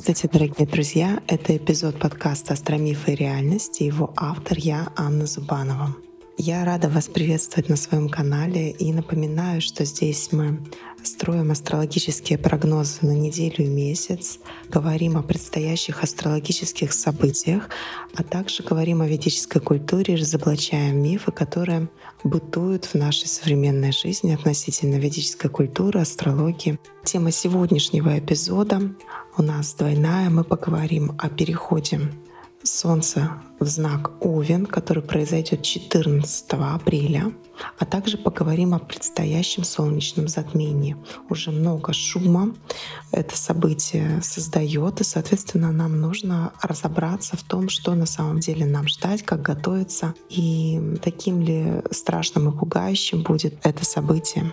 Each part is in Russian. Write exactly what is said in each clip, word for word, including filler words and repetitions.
Здравствуйте, дорогие друзья! Это эпизод подкаста «Астромифы и реальность» и его автор я, Анна Зубанова. Я рада вас приветствовать на своем канале и напоминаю, что здесь мы строим астрологические прогнозы на неделю и месяц, говорим о предстоящих астрологических событиях, а также говорим о ведической культуре и разоблачаем мифы, которые бытуют в нашей современной жизни относительно ведической культуры, астрологии. Тема сегодняшнего эпизода у нас двойная. Мы поговорим о переходе Солнца в знак Овен, который произойдет четырнадцатого апреля, а также поговорим о предстоящем солнечном затмении. Уже много шума это событие создает, и, соответственно, нам нужно разобраться в том, что на самом деле нам ждать, как готовиться, и таким ли страшным и пугающим будет это событие.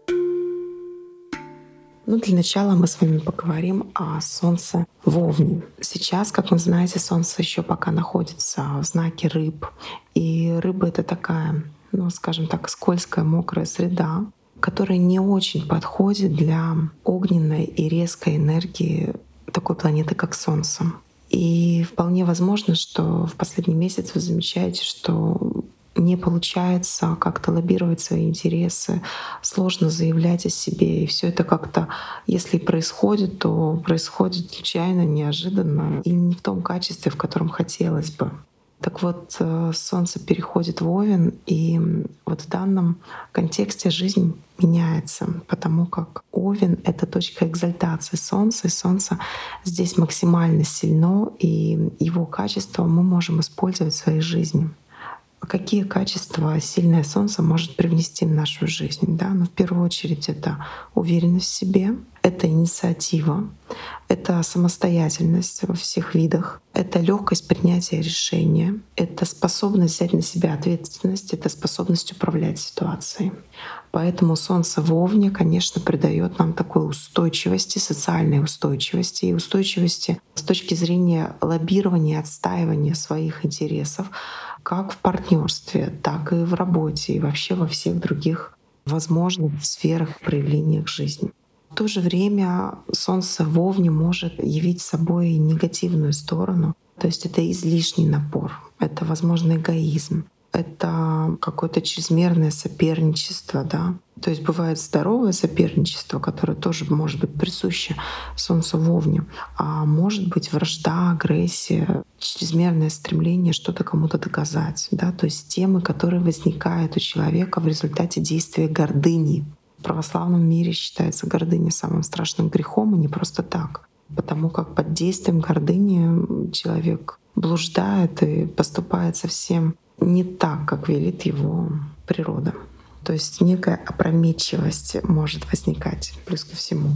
Ну, для начала мы с вами поговорим о Солнце в Овне. Сейчас, как вы знаете, Солнце еще пока находится в знаке Рыб. И рыба — это такая, ну, скажем так, скользкая, мокрая среда, которая не очень подходит для огненной и резкой энергии такой планеты, как Солнце. И вполне возможно, что в последний месяц вы замечаете, что не получается как-то лоббировать свои интересы, сложно заявлять о себе. И все это как-то, если происходит, то происходит случайно, неожиданно и не в том качестве, в котором хотелось бы. Так вот, Солнце переходит в Овен, и вот в данном контексте жизнь меняется, потому как Овен — это точка экзальтации Солнца, и Солнце здесь максимально сильно, и его качество мы можем использовать в своей жизни. Какие качества сильное Солнце может привнести в нашу жизнь? Да? Ну, в первую очередь это уверенность в себе, это инициатива, это самостоятельность во всех видах, это легкость принятия решения, это способность взять на себя ответственность, это способность управлять ситуацией. Поэтому Солнце в Овне, конечно, придает нам такой устойчивости, социальной устойчивости и устойчивости с точки зрения лоббирования, отстаивания своих интересов, как в партнерстве, так и в работе, и вообще во всех других возможных сферах проявлениях жизни. В то же время Солнце в Овне может явить собой негативную сторону, то есть это излишний напор, это, возможно, эгоизм, это какое-то чрезмерное соперничество, да. То есть бывает здоровое соперничество, которое тоже может быть присуще Солнцу в Овне, а может быть вражда, агрессия, чрезмерное стремление что-то кому-то доказать, да. То есть темы, которые возникают у человека в результате действия гордыни. В православном мире считается гордыня самым страшным грехом, и не просто так, потому как под действием гордыни человек блуждает и поступает совсем не так, как велит его природа. То есть некая опрометчивость может возникать плюс ко всему.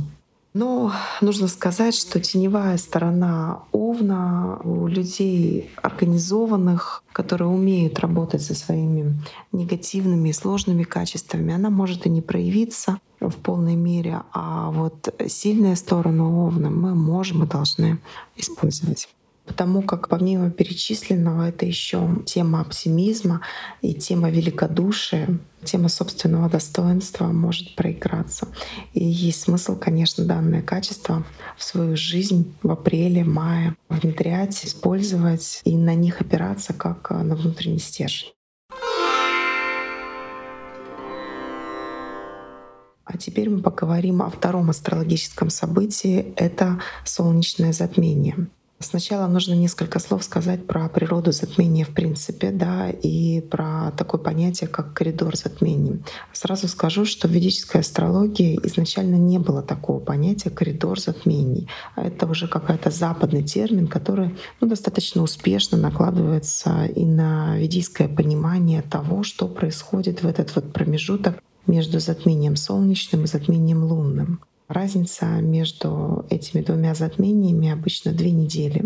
Но нужно сказать, что теневая сторона Овна у людей организованных, которые умеют работать со своими негативными и сложными качествами, она может и не проявиться в полной мере, а вот сильные стороны Овна мы можем и должны использовать. Потому как помимо перечисленного это еще тема оптимизма и тема великодушия, тема собственного достоинства может проиграться. И есть смысл, конечно, данное качество в свою жизнь в апреле, мае внедрять, использовать и на них опираться как на внутренний стержень. А теперь мы поговорим о втором астрологическом событии — это солнечное затмение. Сначала нужно несколько слов сказать про природу затмения в принципе, да, и про такое понятие, как коридор затмений. Сразу скажу, что в ведической астрологии изначально не было такого понятия коридор затмений. Это уже какой-то западный термин, который, ну, достаточно успешно накладывается и на ведическое понимание того, что происходит в этот вот промежуток между затмением солнечным и затмением лунным. Разница между этими двумя затмениями обычно две недели.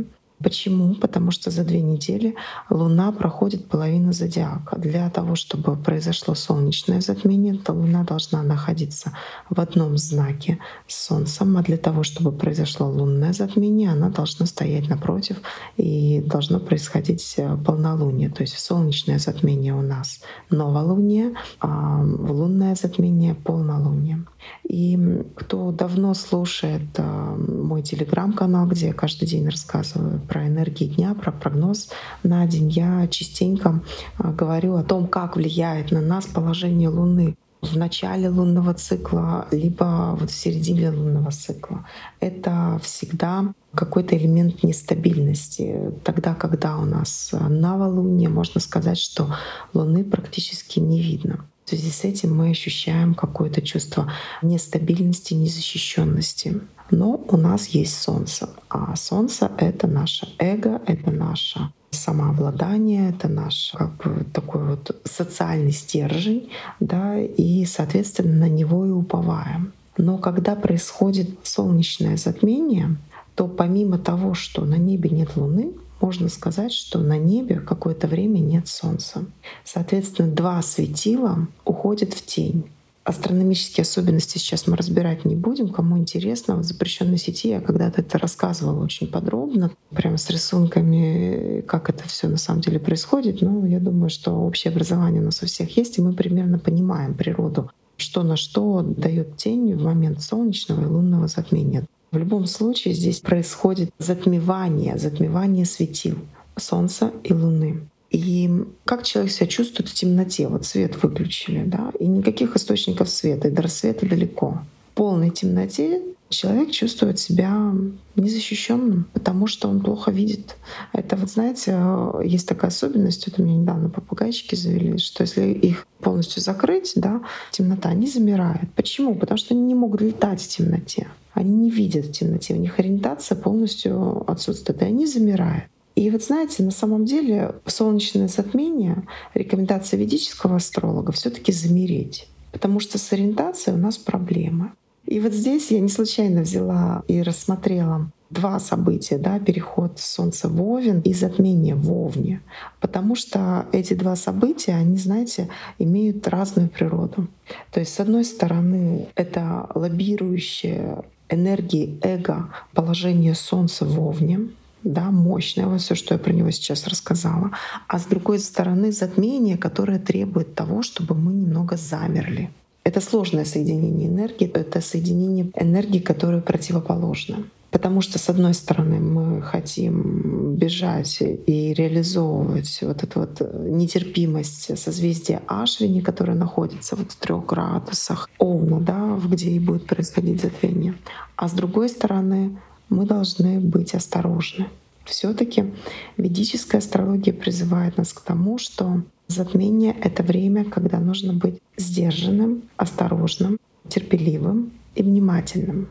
Почему? Потому что за две недели Луна проходит половину зодиака. Для того, чтобы произошло солнечное затмение, то Луна должна находиться в одном знаке с Солнцем, а для того, чтобы произошло лунное затмение, она должна стоять напротив, и должно происходить полнолуние. То есть солнечное затмение у нас новолуние, а лунное затмение — полнолуние. И кто давно слушает мой телеграм-канал, где я каждый день рассказываю про энергии дня, про прогноз на день, я частенько говорю о том, как влияет на нас положение Луны в начале лунного цикла, либо вот в середине лунного цикла. Это всегда какой-то элемент нестабильности. Тогда, когда у нас новолуние, можно сказать, что Луны практически не видно. В связи с этим мы ощущаем какое-то чувство нестабильности, незащищенности. Но у нас есть Солнце. А Солнце — это наше эго, это наше самообладание, это наш как бы такой вот социальный стержень, да, и, соответственно, на него и уповаем. Но когда происходит солнечное затмение, то помимо того, что на небе нет Луны, можно сказать, что на небе какое-то время нет Солнца. Соответственно, два светила уходят в тень. Астрономические особенности сейчас мы разбирать не будем. Кому интересно, в запрещенной сети я когда-то это рассказывала очень подробно, прямо с рисунками, как это все на самом деле происходит. Но я думаю, что общее образование у нас у всех есть, и мы примерно понимаем природу, что на что дает тень в момент солнечного и лунного затмения. В любом случае здесь происходит затмевание, затмевание светил Солнца и Луны. И как человек себя чувствует в темноте? Вот свет выключили, да, и никаких источников света, и до рассвета далеко. В полной темноте человек чувствует себя незащищенным, потому что он плохо видит. Это вот, знаете, есть такая особенность, вот у меня недавно попугайчики завели, что если их полностью закрыть, да, темнота, они замирают. Почему? Потому что они не могут летать в темноте. Они не видят в темноте, у них ориентация полностью отсутствует, и они замирают. И вот знаете, на самом деле в солнечное затмение рекомендация ведического астролога все таки замереть, потому что с ориентацией у нас проблемы. И вот здесь я не случайно взяла и рассмотрела два события, да, переход Солнца в Овен и затмение в Овне, потому что эти два события, они, знаете, имеют разную природу. То есть, с одной стороны, это лоббирующее энергии эго положение Солнца в Овне, да, мощное, вот всё, что я про него сейчас рассказала. А с другой стороны, затмение, которое требует того, чтобы мы немного замерли. Это сложное соединение энергии, это соединение энергий, которые противоположны. Потому что, с одной стороны, мы хотим бежать и реализовывать вот эту вот нетерпимость созвездия Ашвини, которое находится вот в трех градусах Овна, да, где и будет происходить затмение. А с другой стороны, мы должны быть осторожны. Все-таки ведическая астрология призывает нас к тому, что затмение — это время, когда нужно быть сдержанным, осторожным, терпеливым и внимательным.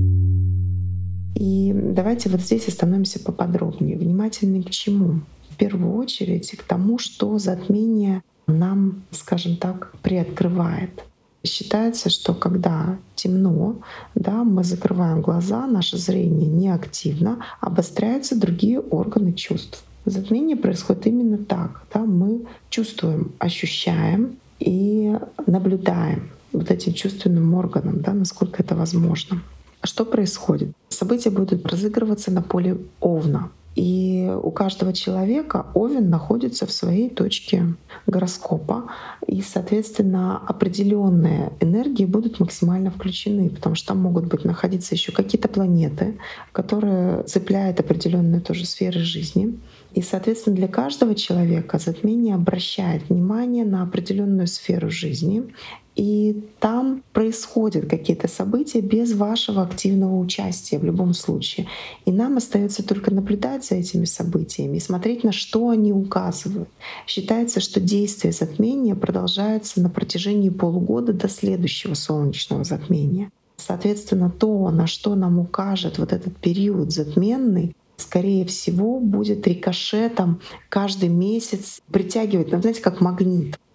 И давайте вот здесь остановимся поподробнее. Внимательны к чему? В первую очередь к тому, что затмение нам, скажем так, приоткрывает. Считается, что когда темно, да, мы закрываем глаза, наше зрение неактивно, обостряются другие органы чувств. Затмение происходит именно так. Да, мы чувствуем, ощущаем и наблюдаем вот этим чувственным органом, да, насколько это возможно. Что происходит? События будут разыгрываться на поле Овна. И у каждого человека Овен находится в своей точке гороскопа, и, соответственно, определенные энергии будут максимально включены, потому что там могут быть находиться еще какие-то планеты, которые цепляют определенные тоже сферы жизни. И, соответственно, для каждого человека затмение обращает внимание на определенную сферу жизни, и там происходят какие-то события без вашего активного участия в любом случае. И нам остается только наблюдать за этими событиями и смотреть, на что они указывают. Считается, что действие затмения продолжается на протяжении полугода до следующего солнечного затмения. Соответственно, то, на что нам укажет вот этот период затменный, скорее всего, будет рикошетом каждый месяц притягивать, ну, знаете, как магнит.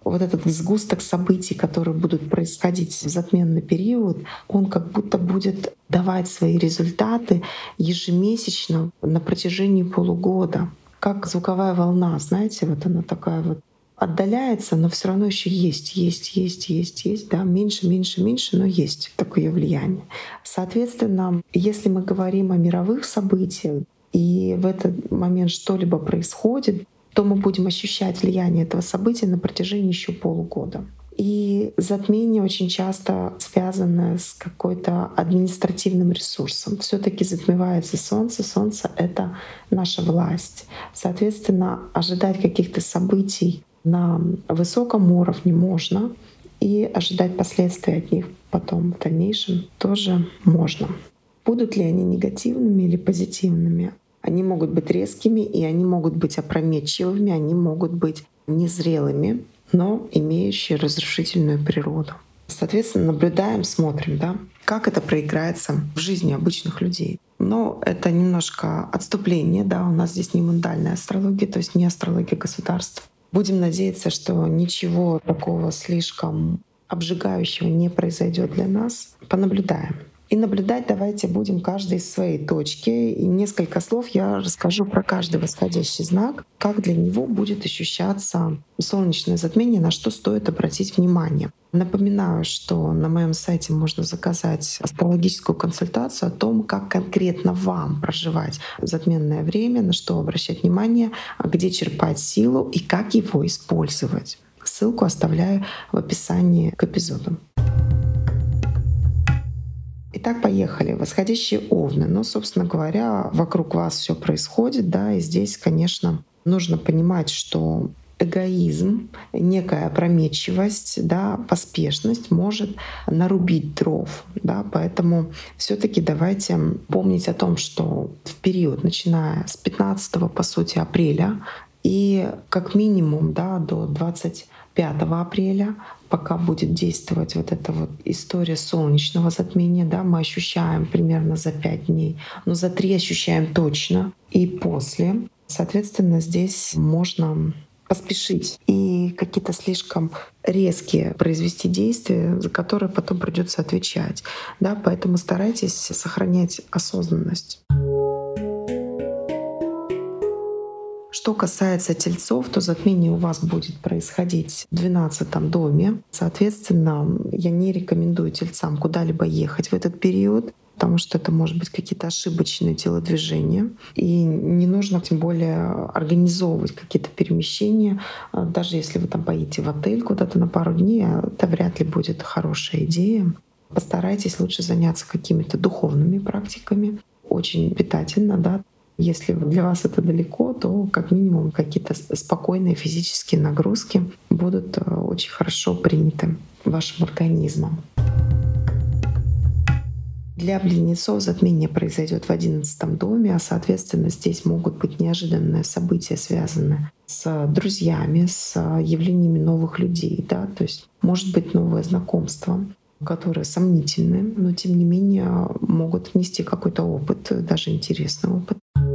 вот этот сгусток событий, которые будут происходить в затменный период, он как будто будет давать свои результаты ежемесячно на протяжении полугода. Как звуковая волна, знаете, вот она такая вот отдаляется, но все равно еще есть, есть, есть, есть, есть, да, меньше, меньше, меньше, но есть такое влияние. Соответственно, если мы говорим о мировых событиях, и в этот момент что-либо происходит, то мы будем ощущать влияние этого события на протяжении еще полугода. И затмение очень часто связано с какой-то административным ресурсом. Все-таки затмевается Солнце. Солнце — это наша власть. Соответственно, ожидать каких-то событий на высоком уровне можно, и ожидать последствий от них потом в дальнейшем тоже можно. Будут ли они негативными или позитивными? Они могут быть резкими, и они могут быть опрометчивыми, они могут быть незрелыми, но имеющие разрушительную природу. Соответственно, наблюдаем, смотрим, да, как это проиграется в жизни обычных людей. Но это немножко отступление, да, у нас здесь не мундальная астрология, то есть не астрология государств. Будем надеяться, что ничего такого слишком обжигающего не произойдет для нас. Понаблюдаем. И наблюдать давайте будем каждый из своей точки. И несколько слов я расскажу про каждый восходящий знак, как для него будет ощущаться солнечное затмение, на что стоит обратить внимание. Напоминаю, что на моем сайте можно заказать астрологическую консультацию о том, как конкретно вам проживать затменное время, на что обращать внимание, где черпать силу и как его использовать. Ссылку оставляю в описании к эпизоду. Итак, поехали. Восходящие Овны. Ну, собственно говоря, вокруг вас все происходит, да, и здесь, конечно, нужно понимать, что эгоизм, некая опрометчивость, да, поспешность может нарубить дров, да, поэтому все-таки давайте помнить о том, что в период, начиная с пятнадцатого, по сути, апреля и как минимум, да, до двадцать пятого апреля, пока будет действовать вот эта вот история солнечного затмения, да, мы ощущаем примерно за пять дней, но за три ощущаем точно и после. Соответственно, здесь можно поспешить и какие-то слишком резкие произвести действия, за которые потом придется отвечать. Да, поэтому старайтесь сохранять осознанность. Что касается тельцов, то затмение у вас будет происходить в двенадцатом доме. Соответственно, я не рекомендую тельцам куда-либо ехать в этот период, потому что это может быть какие-то ошибочные телодвижения. И не нужно тем более организовывать какие-то перемещения. Даже если вы там поедете в отель куда-то на пару дней, это вряд ли будет хорошая идея. Постарайтесь лучше заняться какими-то духовными практиками. Очень питательно, да. Если для вас это далеко, то как минимум какие-то спокойные физические нагрузки будут очень хорошо приняты вашим организмом. Для близнецов затмение произойдет в одиннадцатом доме, а соответственно здесь могут быть неожиданные события, связанные с друзьями, с явлениями новых людей. Да? То есть может быть новое знакомство, которые сомнительны, но тем не менее могут нести какой-то опыт, даже интересный опыт.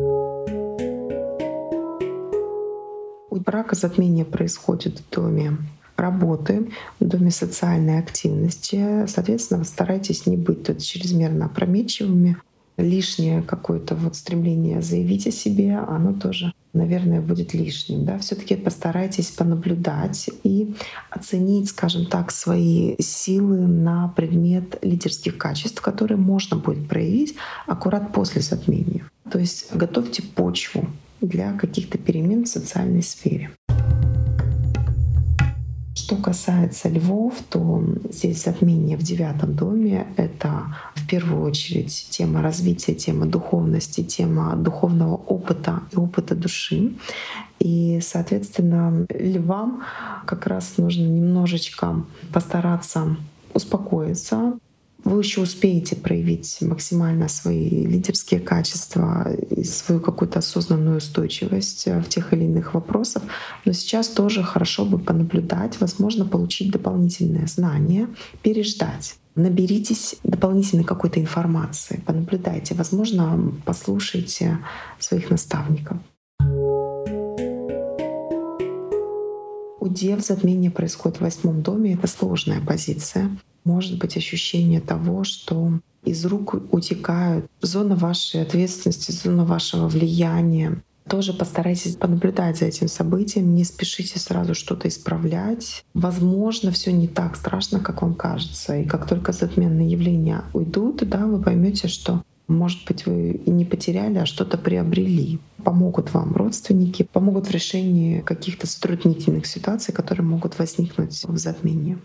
У брака затмение происходит в доме работы, в доме социальной активности. Соответственно, старайтесь не быть тут чрезмерно опрометчивыми. Лишнее какое-то вот стремление заявить о себе, оно тоже, наверное, будет лишним. Да? Все-таки постарайтесь понаблюдать и оценить, скажем так, свои силы на предмет лидерских качеств, которые можно будет проявить аккурат после затмения. То есть готовьте почву для каких-то перемен в социальной сфере. Что касается львов, то здесь затмение в девятом доме — это в первую очередь тема развития, тема духовности, тема духовного опыта и опыта души. И, соответственно, львам как раз нужно немножечко постараться успокоиться. Вы еще успеете проявить максимально свои лидерские качества и свою какую-то осознанную устойчивость в тех или иных вопросах. Но сейчас тоже хорошо бы понаблюдать, возможно, получить дополнительные знания, переждать. Наберитесь дополнительной какой-то информации, понаблюдайте, возможно, послушайте своих наставников. У У Дев затмение происходит в восьмом доме. Это сложная позиция. Может быть ощущение того, что из рук утекают зона вашей ответственности, зона вашего влияния. Тоже постарайтесь понаблюдать за этим событием, не спешите сразу что-то исправлять. Возможно, все не так страшно, как вам кажется. И как только затменные явления уйдут, да, вы поймете, что, может быть, вы и не потеряли, а что-то приобрели. Помогут вам родственники, помогут в решении каких-то затруднительных ситуаций, которые могут возникнуть в затмении.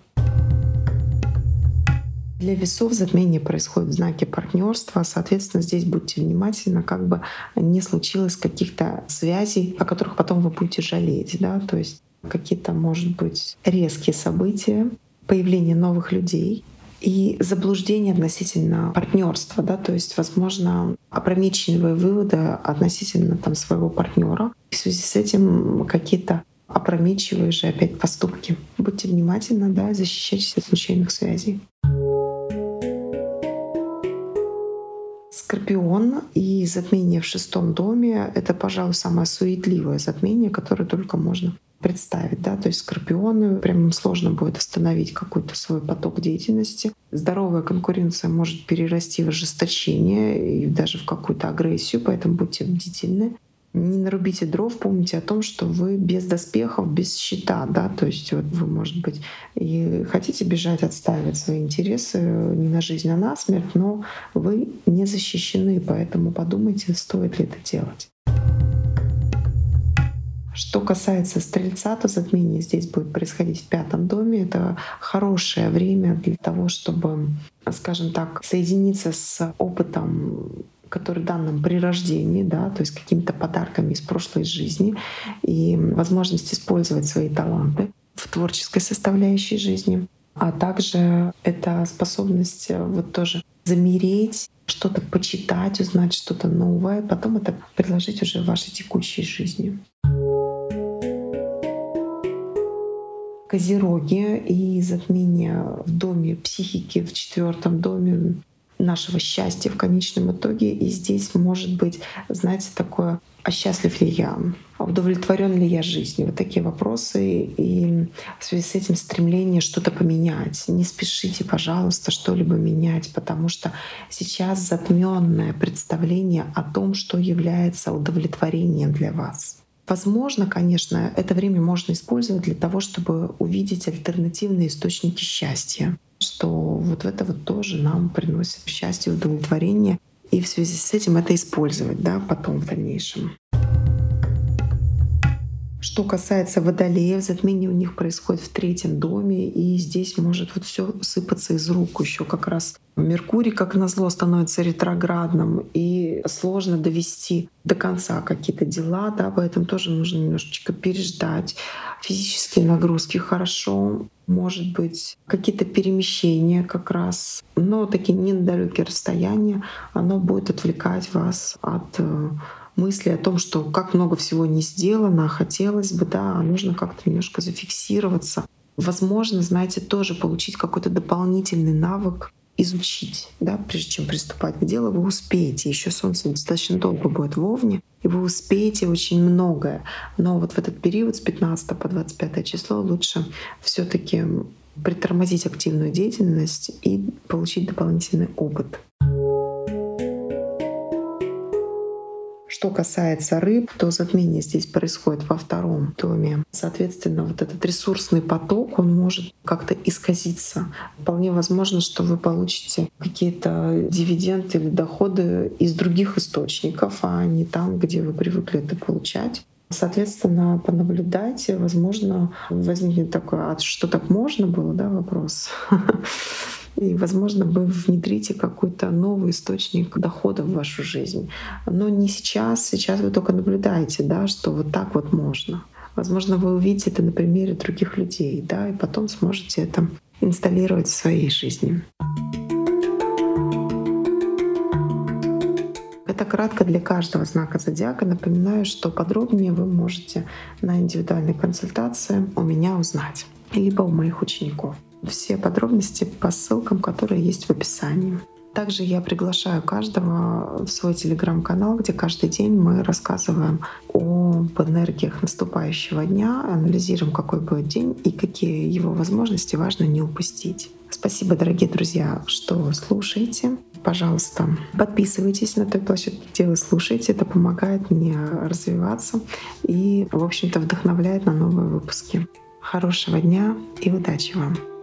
Для весов затмение происходит в знаке партнерства, соответственно, здесь будьте внимательны, как бы не случилось каких-то связей, о которых потом вы будете жалеть, да, то есть какие-то, может быть, резкие события, появление новых людей и заблуждение относительно партнерства, да, то есть, возможно, опрометчивые выводы относительно там своего партнера. В связи с этим какие-то опрометчивые же опять поступки. Будьте внимательны, да, защищайтесь от случайных связей. Скорпион и затмение в шестом доме — это, пожалуй, самое суетливое затмение, которое только можно представить. Да? То есть скорпионы, прям им сложно будет остановить какой-то свой поток деятельности. Здоровая конкуренция может перерасти в ожесточение и даже в какую-то агрессию, поэтому будьте бдительны. Не нарубите дров, помните о том, что вы без доспехов, без щита, да, то есть вот вы, может быть, и хотите бежать, отстаивать свои интересы не на жизнь, а на смерть, но вы не защищены, поэтому подумайте, стоит ли это делать. Что касается Стрельца, то затмение здесь будет происходить в пятом доме. Это хорошее время для того, чтобы, скажем так, соединиться с опытом, который дан нам при рождении, да, то есть какими-то подарками из прошлой жизни и возможность использовать свои таланты в творческой составляющей жизни. А также это способность вот тоже замереть, что-то почитать, узнать что-то новое, потом это приложить уже в вашей текущей жизни. Козероги и затмение в доме психики, в четвертом доме нашего счастья в конечном итоге. И здесь может быть, знаете, такое: а счастлив ли я? А удовлетворен ли я жизнью? Вот такие вопросы. И в связи с этим стремление что-то поменять. Не спешите, пожалуйста, что-либо менять, потому что сейчас затмённое представление о том, что является удовлетворением для вас. Возможно, конечно, это время можно использовать для того, чтобы увидеть альтернативные источники счастья, что вот это вот тоже нам приносит счастье, удовлетворение, и в связи с этим это использовать, да, потом в дальнейшем. Что касается водолеев, затмение у них происходит в третьем доме, и здесь может вот все сыпаться из рук. Еще как раз Меркурий, как назло, становится ретроградным, и сложно довести до конца какие-то дела, да, поэтому тоже нужно немножечко переждать. Физические нагрузки хорошо, может быть, какие-то перемещения как раз, но такие недалекие расстояния, оно будет отвлекать вас от мысли о том, что как много всего не сделано, хотелось бы, да, а нужно как-то немножко зафиксироваться. Возможно, знаете, тоже получить какой-то дополнительный навык, изучить, да, прежде чем приступать к делу, вы успеете. Еще Солнце достаточно долго будет в Овне, и вы успеете очень многое. Но вот в этот период с пятнадцатого по двадцать пятое число лучше все-таки притормозить активную деятельность и получить дополнительный опыт. Что касается рыб, то затмение здесь происходит во втором доме. Соответственно, вот этот ресурсный поток, он может как-то исказиться. Вполне возможно, что вы получите какие-то дивиденды или доходы из других источников, а не там, где вы привыкли это получать. Соответственно, понаблюдайте, возможно, возникнет такой: а что, так можно было, да, вопрос. И, возможно, вы внедрите какой-то новый источник дохода в вашу жизнь. Но не сейчас, сейчас вы только наблюдаете, да, что вот так вот можно. Возможно, вы увидите это на примере других людей, да, и потом сможете это инсталлировать в своей жизни. Это кратко для каждого знака зодиака. Напоминаю, что подробнее вы можете на индивидуальной консультации у меня узнать, либо у моих учеников. Все подробности по ссылкам, которые есть в описании. Также я приглашаю каждого в свой телеграм-канал, где каждый день мы рассказываем об энергиях наступающего дня, анализируем, какой будет день и какие его возможности важно не упустить. Спасибо, дорогие друзья, что слушаете. Пожалуйста, подписывайтесь на той площадке, где вы слушаете. Это помогает мне развиваться и, в общем-то, вдохновляет на новые выпуски. Хорошего дня и удачи вам!